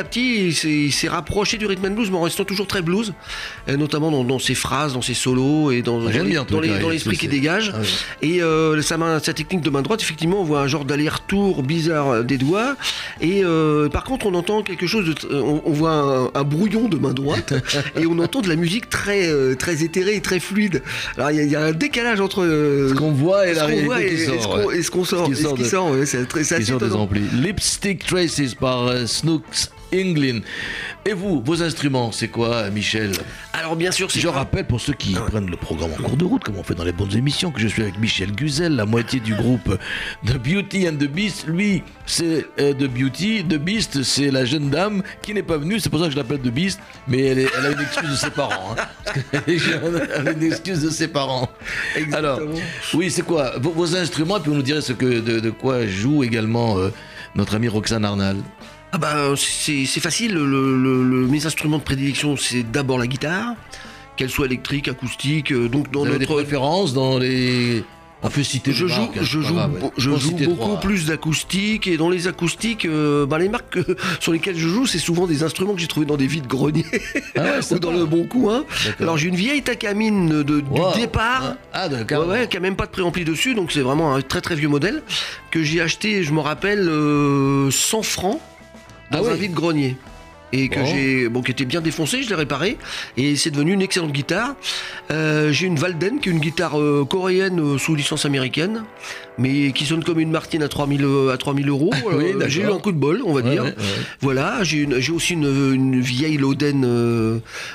à petit, il s'est, il s'est rapproché du rhythm and blues, mais en restant toujours très blues, et notamment dans, dans ses phrases, dans ses solos et dans, Ah, j'aime dans, bien, en tout dans les- cas, dans l'esprit c'est- qu'il dégage. Ah oui. Et euh, sa, main, sa technique de main droite, effectivement, on voit un genre d'aller-retour bizarre des doigts. Et euh, par contre, on entend quelque chose de, tr- on, on voit un, un brouillon de main droite, et on entend de la musique très, euh, très éthérée et très fluide. Alors il y, a- il y a un décalage entre euh, Ce qu'on voit et ce la qu'on voit réalité et, qui et ce sort. qu'on, ouais. et ce qu'on sort. Ce Et qui ce sort qui de- sort, ouais, c'est, très- c'est Qui assez sort des étonnant. amplis. Lipstick Traces par euh, Snooks Englyn. Et vous, vos instruments, c'est quoi, Michel? Alors bien sûr, c'est Je rappelle pour ceux qui prennent le programme en cours de route, comme on fait dans les bonnes émissions, que je suis avec Michel Guzel, la moitié du groupe The Beauty and the Beast. Lui, c'est euh, The Beauty. The Beast, c'est la jeune dame qui n'est pas venue. C'est pour ça que je l'appelle The Beast. Mais elle, est- elle a une excuse de ses parents. Hein, parce qu'elle est jeune, elle a une excuse de ses parents. Alors, oui, c'est quoi vos, vos instruments? Et puis vous nous direz ce que, de, de quoi joue également euh, notre ami Roxane Arnal. Ah bah c'est, c'est facile, le, le- le- mes instruments de prédilection c'est d'abord la guitare, qu'elle soit électrique, acoustique, euh, donc dans Vous avez des notre... préférences dans les... On peut citer Je des joue, marques, hein, je c'est pas joue, grave, ouais. beau- je On peut joue citer beaucoup trois. plus d'acoustique et dans les acoustiques, euh, bah, les marques que- sur lesquelles je joue, c'est souvent des instruments que j'ai trouvés dans des vides-greniers Ah ouais, c'est ou dans pas- le bon coin. D'accord. Alors j'ai une vieille Takamine de, du Wow. départ. Ah, de Ouais, carrément. ouais, qui a même pas de préampli dessus, donc c'est vraiment un très très vieux modèle que j'ai acheté, je me rappelle, euh, cent francs dans Ah un oui. vide-grenier. Et que Bon. j'ai, bon, qui était bien défoncé, je l'ai réparé, et c'est devenu une excellente guitare. Euh, j'ai une Walden, qui est une guitare euh, coréenne euh, sous licence américaine, mais qui sonne comme une Martine à trois mille, euh, à trois mille euros. Oui, Euh, d'accord. j'ai eu un coup de bol, on va Ouais, dire. ouais, ouais. Voilà, j'ai, une, j'ai aussi une, une vieille Loden euh,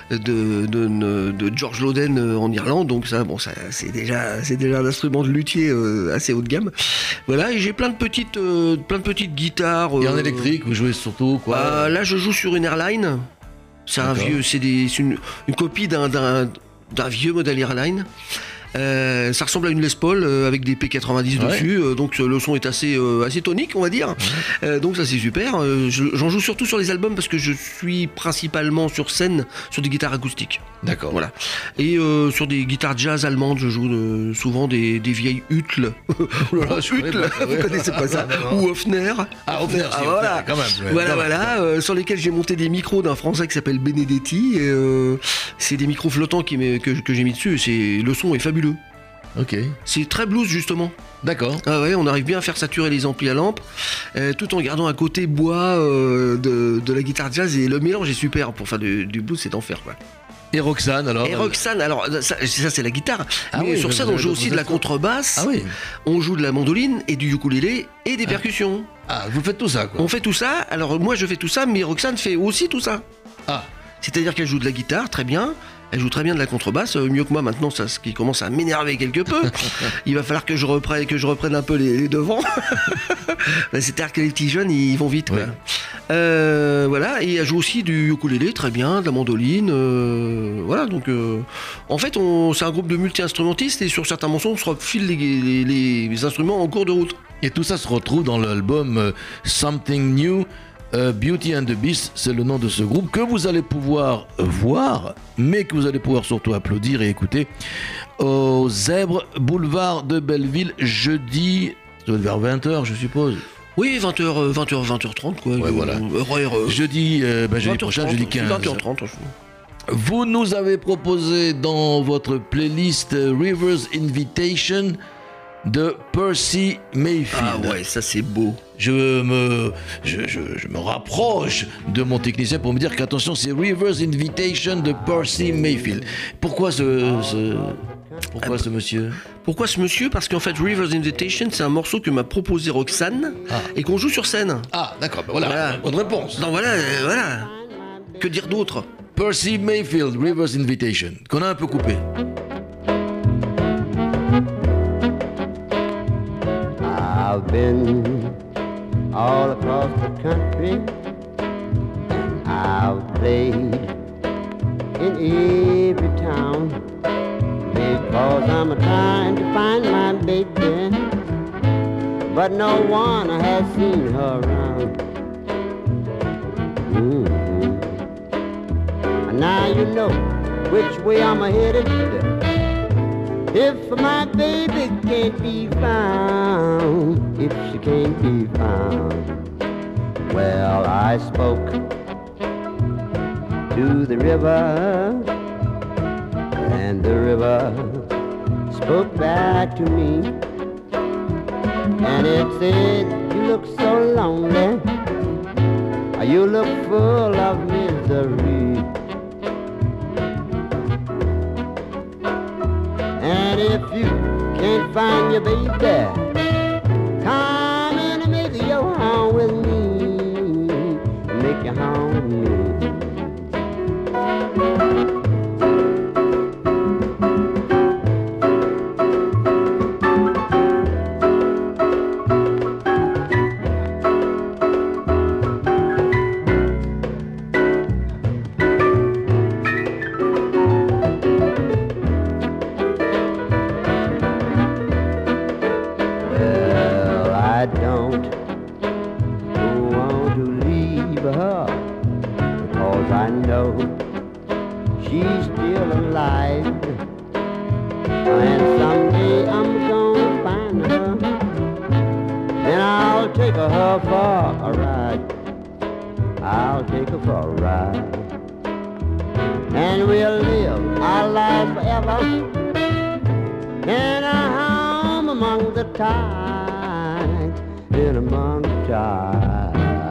de, de, de George Loden euh, en Irlande, donc ça, bon, ça, c'est déjà, c'est déjà un instrument de luthier euh, assez haut de gamme. Voilà, et j'ai plein de petites, euh, plein de petites guitares. Et en euh, électrique, vous jouez surtout quoi euh, là, je joue sur une Airline. C'est un D'accord. vieux, c'est des- c'est une, une copie d'un, d'un, d'un vieux modèle Airline. Euh, ça ressemble à une Les Paul euh, avec des P quatre-vingt-dix Ouais. dessus, euh, donc euh, le son est assez, euh, assez tonique, on va dire. Euh, donc ça c'est super. Euh, je- j'en joue surtout sur les albums parce que je suis principalement sur scène sur des guitares acoustiques. D'accord. Voilà. Et euh, sur des guitares jazz allemandes, je joue euh, souvent des, des vieilles Hutle. Oh là là, je connais Hutle, pas, ouais. vous connaissez pas ça? Non, non. Ou Hofner. Ah, Hofner, si, Ah, Hofner, voilà. quand même, ouais, voilà, quand même, voilà. euh, sur lesquels j'ai monté des micros d'un Français qui s'appelle Benedetti. Et, euh, c'est des micros flottants qui m'est- que, que j'ai mis dessus. C'est, le son est fabuleux. Ok. C'est très blues justement. D'accord. Ah ouais, on arrive bien à faire saturer les amplis à lampe, euh, tout en gardant un côté bois euh, de, de la guitare jazz, et le mélange est super pour faire du, du blues, c'est d'enfer quoi. Et Roxane alors Et Roxane, alors ça, ça, c'est la guitare, Ah mais oui, sur vous scène avez on joue d'autres aussi de la instruments. contrebasse, Ah oui. on joue de la mandoline et du ukulélé et des Ah. percussions. Ah, vous faites tout ça quoi. On fait tout ça, alors moi je fais tout ça, mais Roxane fait aussi tout ça. Ah. C'est-à-dire qu'elle joue de la guitare, très bien. Elle joue très bien de la contrebasse, euh, mieux que moi maintenant, ça, ce qui commence à m'énerver quelque peu. Il va falloir que je reprenne, que je reprenne un peu les, les devants. Ben, c'est-à-dire que les petits jeunes, ils vont vite. Quoi. Ouais. Euh, voilà, et elle joue aussi du ukulélé, très bien, de la mandoline. euh, voilà, donc euh, en fait, on, c'est un groupe de multi-instrumentistes et sur certains morceaux, on se refile les, les- les- les instruments en cours de route. Et tout ça se retrouve dans l'album euh, Something New. euh, Beauty and the Beast, c'est le nom de ce groupe que vous allez pouvoir voir, mais que vous allez pouvoir surtout applaudir et écouter au Zèbre, boulevard de Belleville, jeudi, ça doit être vers vingt heures, je suppose. Oui, vingt heures, vingt heures, vingt heures trente, quoi. Ouais, voilà. Horaire, euh, Jeudi, euh, ben, jeudi vingt heures prochain, trente, jeudi quinze. vingt heures trente, Vous nous avez proposé dans votre playlist euh, Rivers Invitation de Percy Mayfield. Ah ouais, ça c'est beau. Je me, je, je, je me rapproche de mon technicien pour me dire qu'attention, c'est Rivers Invitation de Percy Mayfield. Pourquoi ce, ce, pourquoi ce monsieur? Pourquoi ce monsieur? Parce qu'en fait, Rivers Invitation, c'est un morceau que m'a proposé Roxane Ah. et qu'on joue sur scène. Ah, d'accord, ben voilà, Voilà. bonne réponse. Donc voilà, euh, voilà. Que dire d'autre? Percy Mayfield, Rivers Invitation, qu'on a un peu coupé. I've been all across the country. I've played in every town because I'm trying to find my baby, but no one has seen her around. Mhm. Now you know which way I'm headed. If my baby can't be found, if she can't be found, well, I spoke to the river, and the river spoke back to me, and it said, you look so lonely, you look full of misery, and if you can't find your baby, come and make your home with me, make your home with me. Well, I don't want to leave her, because I know she's still alive, and someday I'm gonna find her, then I'll take her for a ride, I'll take her for a ride, and we'll live our lives forever in a home among the tides, in among the tides.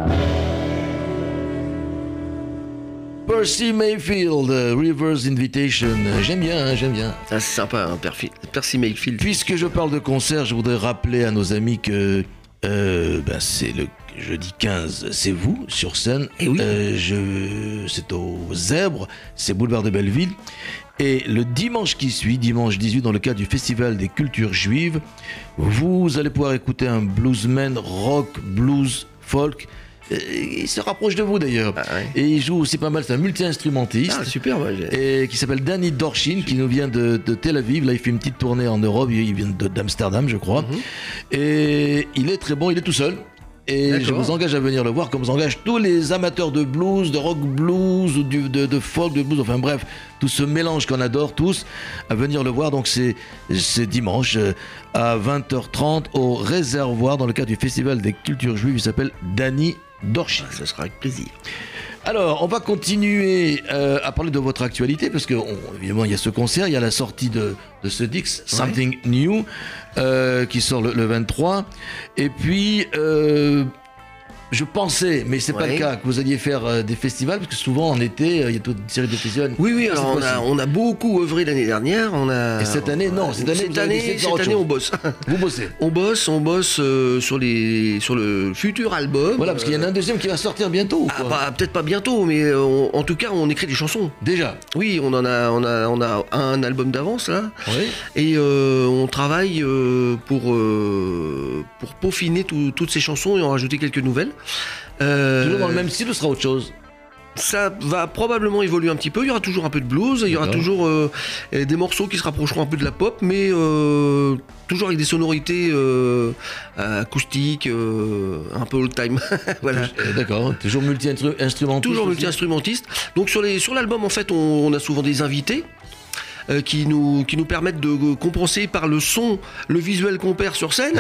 Percy Mayfield, euh, River's Invitation. Euh, J'aime bien, hein, j'aime bien. Ah, c'est sympa, hein, Perfi- Percy Mayfield. Puisque je parle de concert, je voudrais rappeler à nos amis que euh, ben c'est le jeudi quinze, c'est vous sur scène. Eh oui. Euh, je, c'est au Zèbre, c'est boulevard de Belleville. Et le dimanche qui suit, dimanche dix-huit, dans le cadre du Festival des cultures juives, vous allez pouvoir écouter un bluesman rock, blues, folk. Euh, Il se rapproche de vous d'ailleurs. Ah ouais. Et il joue aussi pas mal, c'est un multi-instrumentiste. Ah, super, ouais, j'ai- Et qui s'appelle Danny Dorshin, qui nous vient de, de Tel Aviv. Là, il fait une petite tournée en Europe. Il vient de- d'Amsterdam, je crois. Et il est très bon. Il est tout seul. Et D'accord. je vous engage à venir le voir, comme s'engagent tous les amateurs de blues, de rock blues, ou du- de, de folk, de blues. Enfin bref, tout ce mélange qu'on adore tous, à venir le voir. Donc c'est c'est dimanche euh, à vingt heures trente au Réservoir, dans le cadre du Festival des cultures juives. Il s'appelle Danny Dorshin. Ah, ce sera avec plaisir. Alors, on va continuer euh, à parler de votre actualité, parce que on- évidemment, il y a ce concert, il y a la sortie de, de ce disque, Something New, euh, qui sort le, le vingt-trois. Et puis, euh, je pensais, mais c'est pas Ouais. le cas, que vous alliez faire euh, des festivals, parce que souvent en été, euh, il y a toute une série de festivals. Oui, oui, Cette alors on a, fois-ci. on a beaucoup œuvré l'année dernière. On a... Et cette année, non, cette année, cette vous avez année, décidé de faire cette autre année, chose. on bosse. Vous bossez. On bosse, on bosse euh, sur, les, sur le futur album. Voilà, parce qu'il y en a un deuxième qui va sortir bientôt. Ah, quoi. bah, peut-être pas bientôt, mais euh, on- en tout cas, on écrit des chansons. Déjà. Oui, on en a, on a, on a un album d'avance là, Oui. et euh, on travaille euh, pour euh, pour peaufiner tout- toutes ces chansons et en rajouter quelques nouvelles. Euh, Toujours dans le même style ou ce sera autre chose? Ça va probablement évoluer un petit peu. Il y aura toujours un peu de blues, il y aura D'accord. toujours euh, des morceaux qui se rapprocheront un peu de la pop, mais euh, toujours avec des sonorités euh, acoustiques, euh, un peu old time. Voilà. Euh, D'accord, toujours multi-instrumentiste. Toujours aussi. multi-instrumentiste. Donc sur les sur l'album en fait on, on a souvent des invités euh, qui nous qui nous permettent de euh, compenser par le son le visuel qu'on perd sur scène.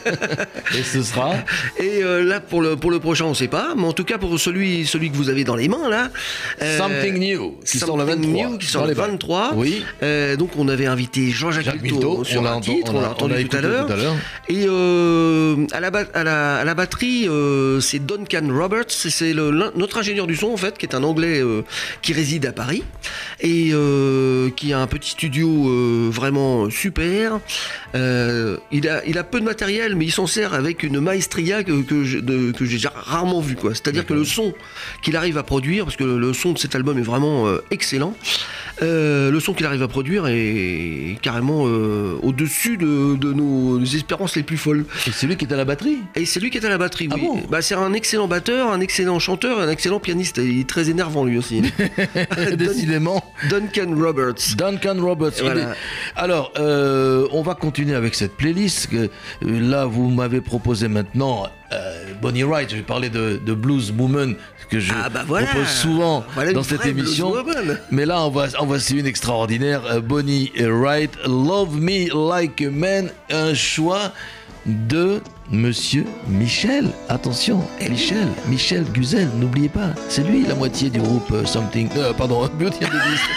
Et ce sera. Et euh, là pour le pour le prochain on sait pas, mais en tout cas pour celui celui que vous avez dans les mains là. euh, Something New, qui sort le Something vingt-trois. New, qui sort Dans le les bacs. vingt-trois. Oui. Euh, donc on avait invité Jean-Jacques Jacques Milteau Milteau, sur on l'a un ento- titre, on l'a entendu tout écouté à l'heure. tout à l'heure. Et euh, à, la ba- à, la, à la batterie, euh, c'est Duncan Roberts, c'est c'est le- l'un- notre ingénieur du son en fait, qui est un Anglais euh, qui réside à Paris et euh, qui a un petit studio euh, vraiment super. Euh, il, a, il a peu de matériel, mais il s'en sert avec une maestria que, que je- de- que j'ai rarement vu, quoi. C'est-à-dire que le son qu'il arrive à produire, parce que le, le son de cet album est vraiment euh, excellent. Euh, le son qu'il arrive à produire est carrément euh, au-dessus de, de nos, nos espérances les plus folles. Et c'est lui qui est à la batterie. Et c'est lui qui est à la batterie, Ah oui. bon Bah, c'est un excellent batteur, un excellent chanteur et un excellent pianiste. Il est très énervant lui aussi. Décidément. Duncan Roberts. Duncan Roberts. Et voilà. Il est- Alors, euh, on va continuer avec cette playlist. Que, euh, là, vous m'avez proposé maintenant euh, Bonnie Wright. Je vais parler de, de Blues Woman, que je Ah bah voilà. propose souvent Voilà une dans cette vraie émission. blueswoman. Mais là, on va, en voici une extraordinaire. euh, Bonnie Wright, Love Me Like a Man. Un choix de Monsieur Michel. Attention, Michel, Michel Guzel, n'oubliez pas, c'est lui la moitié du groupe euh, Something, euh, pardon, Beauty and the Beast.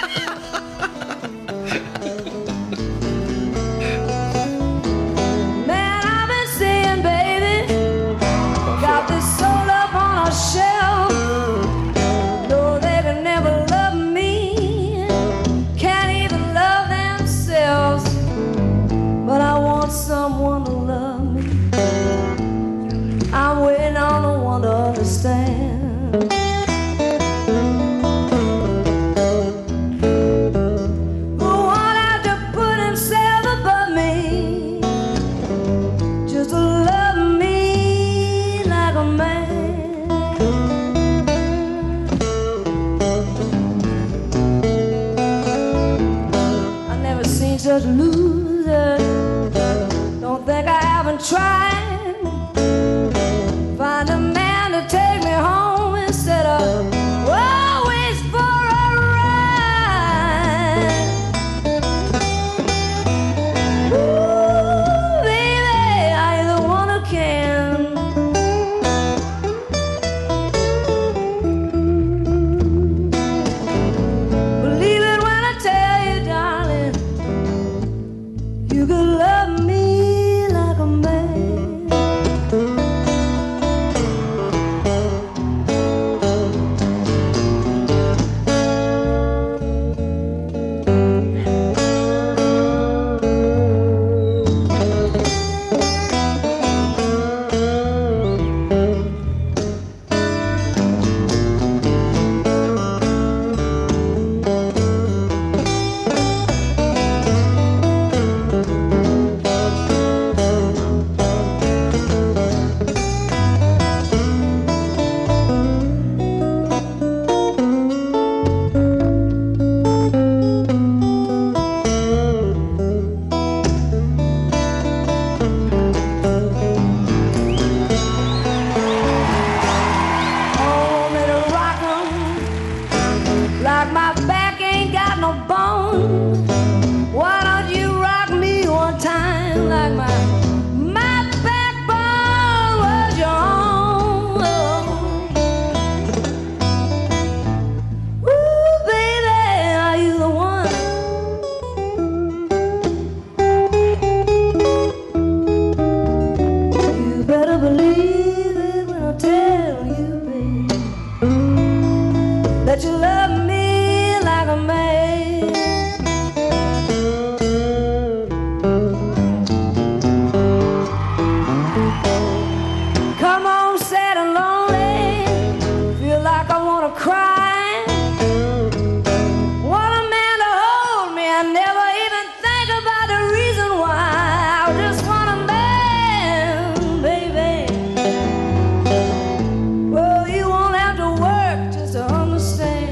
Man, I've been saying, baby, got this soul up on a shelf. No, they can never love me, can't even love themselves. But I want someone to love me. I'm waiting on the one to understand. Who won't have to put himself above me, just to love me like a man. I never seen such a loser. Don't think I haven't tried. Find a man to take me home instead of always for a ride. Ooh, baby, are you the one who can? Believe it when I tell you, darling, you could love me like a man. Oh, me to rock 'em like my back ain't got no bone. Why don't you rock me one time like my my backbone was your own? Ooh, baby, are you the one? You better believe it when I tell you, baby, that you love me like a man. Come on, sad and lonely, feel like I wanna cry. Want a man to hold me, I never even think about the reason why. I just want a man, baby. Well, you won't have to work just to understand.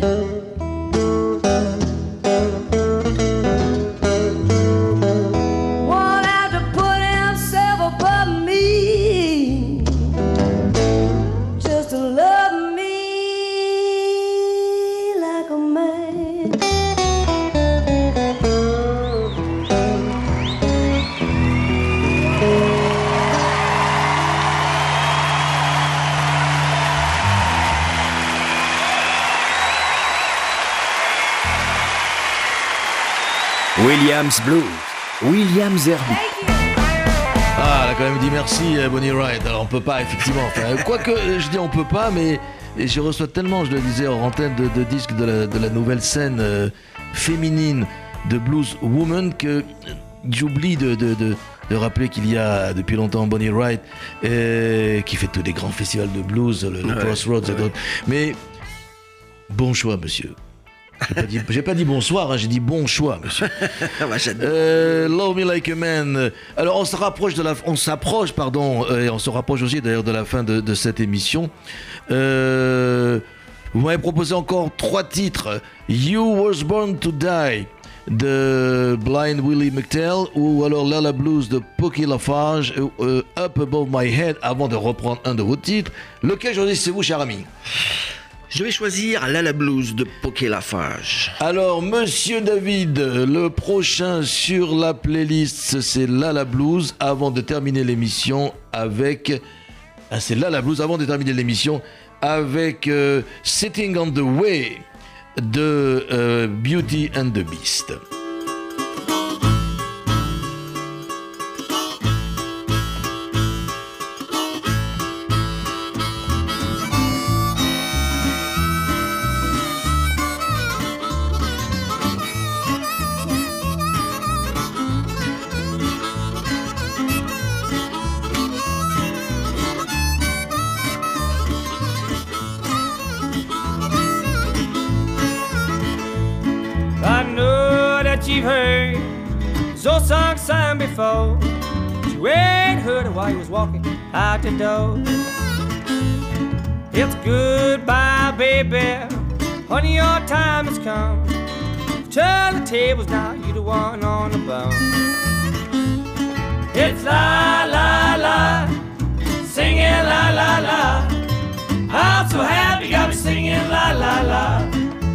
Won't have to put himself above me, just to love me like a man. Williams Blues, William Zerby. Ah, elle a quand même dit merci, euh, Bonnie Wright. Alors on peut pas, effectivement. Enfin, quoique, euh, je dis on peut pas, mais et je reçois tellement, je le disais en antenne, de, de disques de la, de la nouvelle scène euh, féminine de Blues Woman que euh, j'oublie de, de, de, de rappeler qu'il y a depuis longtemps Bonnie Wright euh, qui fait tous les grands festivals de blues, le, le Ouais, Crossroads et ouais. d'autres. Mais bon choix, monsieur. J'ai pas dit, j'ai pas dit bonsoir, hein, j'ai dit bon choix, monsieur. Ah bah, j'adore. Euh, Love Me Like a Man. Alors on se rapproche de la, on s'approche, pardon, euh, et on se rapproche aussi d'ailleurs de la fin de, de cette émission. Euh, vous m'avez proposé encore trois titres. You Was Born to Die de Blind Willie McTell ou alors Lala Blues de Pokey Lafarge, euh, Up Above My Head, avant de reprendre un de vos titres. Lequel choisissez-vous, cher ami? Je vais choisir Lala Blues de Poké Lafarge. Alors, monsieur David, le prochain sur la playlist, c'est Lala Blues. Avant de terminer l'émission avec... Ah, c'est Lala Blues, avant de terminer l'émission avec euh, Sitting on the Way de euh, Beauty and the Beast. You've heard those songs sung before, but you ain't heard it while you was walking out the door. It's goodbye, baby, honey, your time has come. Turn the tables now, you the one on the bone. It's la la la, singing la la la. I'm so happy, got me singing la la la.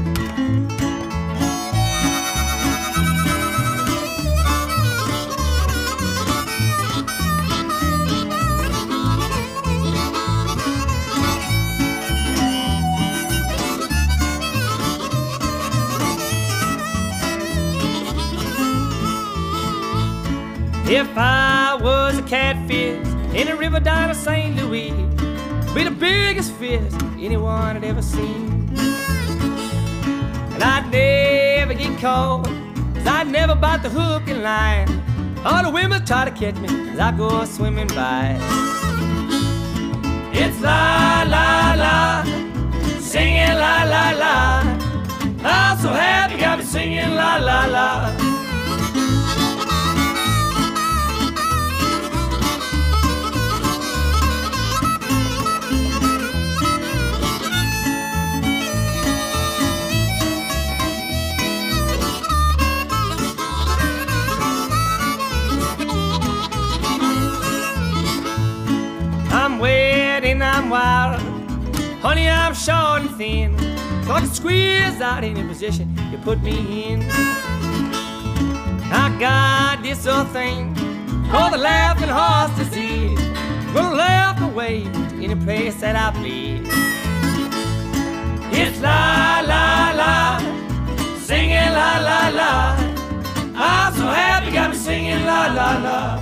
If I was a catfish in a river down in Saint Louis, be the biggest fish anyone had ever seen. And I'd never get caught, 'cause I'd never bite the hook and line. All the women try to catch me as I go swimming by. It's la la la, singing la la la. I'm so happy, got me singing la la la. I'm wet and I'm wild, honey, I'm short and thin. Got to squeeze out any position you put me in. I got this old thing called the laughing horse disease. Gonna laugh away to any place that I please. It's la la la, singing la la la. I'm so happy, got me singing la la la.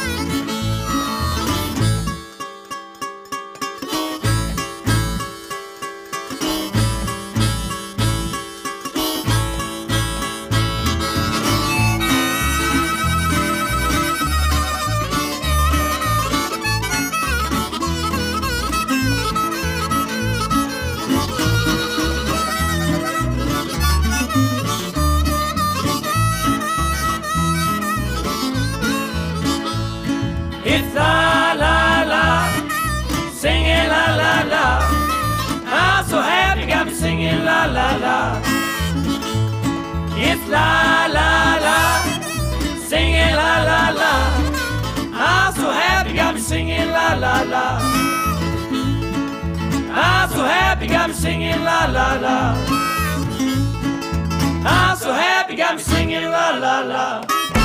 It's la la la, singing la la la. I'm so happy, got me singing la la la. It's la la la, singing la la la. I'm so happy, got me singing la la la. I'm so happy, got me singing la la la. I'm so happy, got me singing la la la.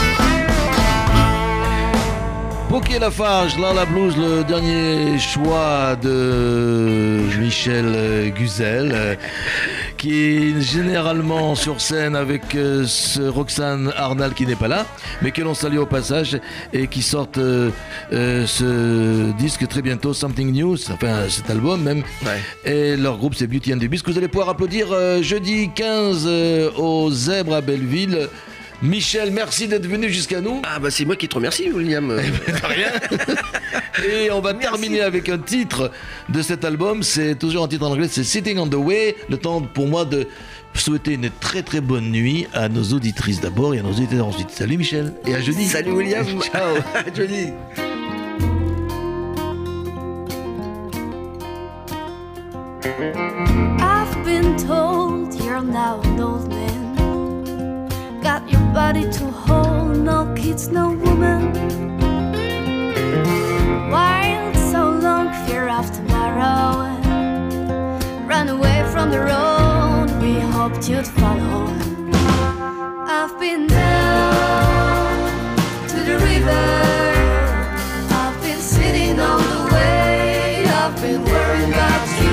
Poké Lafarge, Lala Blues, le dernier choix de Michel Guzel, qui est généralement sur scène avec euh, ce Roxane Arnal qui n'est pas là, mais que l'on salue au passage et qui sortent euh, euh, ce disque très bientôt, Something New, enfin cet album même. Ouais. Et leur groupe c'est Beauty and the Beast, que vous allez pouvoir applaudir euh, jeudi quinze euh, au Zèbre à Belleville. Michel, merci d'être venu jusqu'à nous. Ah bah c'est moi qui te remercie, William. Eh ben, de rien. Et on va merci. terminer avec un titre de cet album. C'est toujours un titre en anglais, c'est Sitting on the Way. Le temps pour moi de souhaiter une très très bonne nuit à nos auditrices d'abord et à nos auditeurs ensuite. Salut Michel et à jeudi. Salut William. Ciao. À jeudi. I've been told you're now an old man. Got your body to hold, no kids, no woman. Wild, so long, fear of tomorrow. Run away from hoped you'd follow. I've been down to the river. I've been sitting on the way. I've been worrying about you.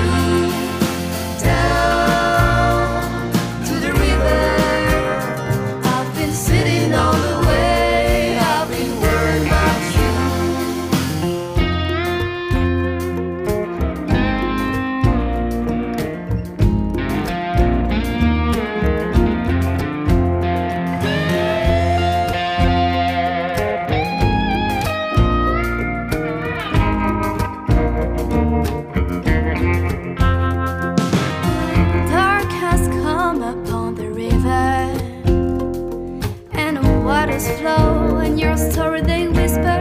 Down to the river. I've been sitting on the way. I've been worrying about you. Dark has come upon the river, and the waters flow, and your story they whisper.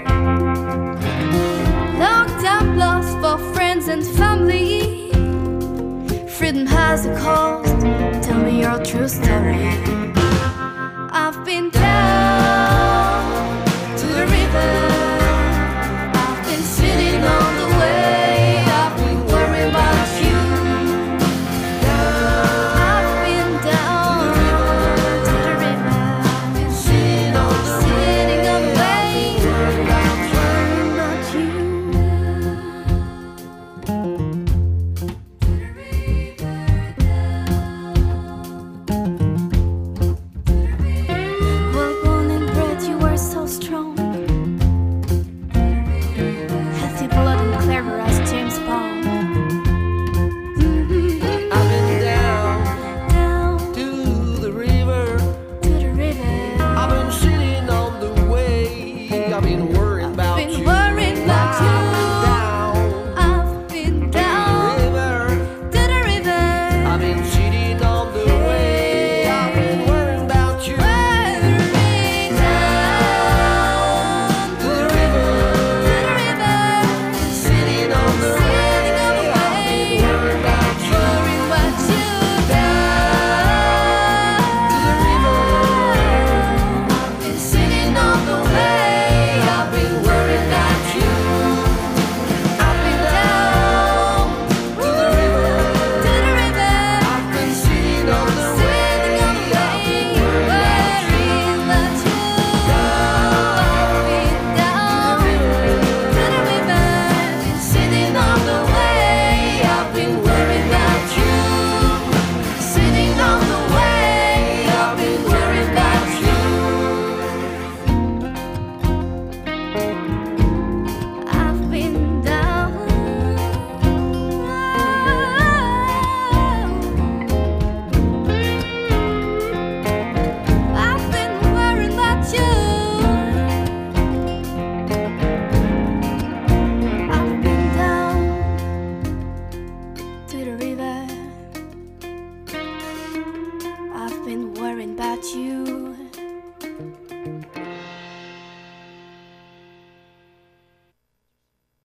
Locked up, lost for friends and family. Freedom has a cost. Tell me your true story.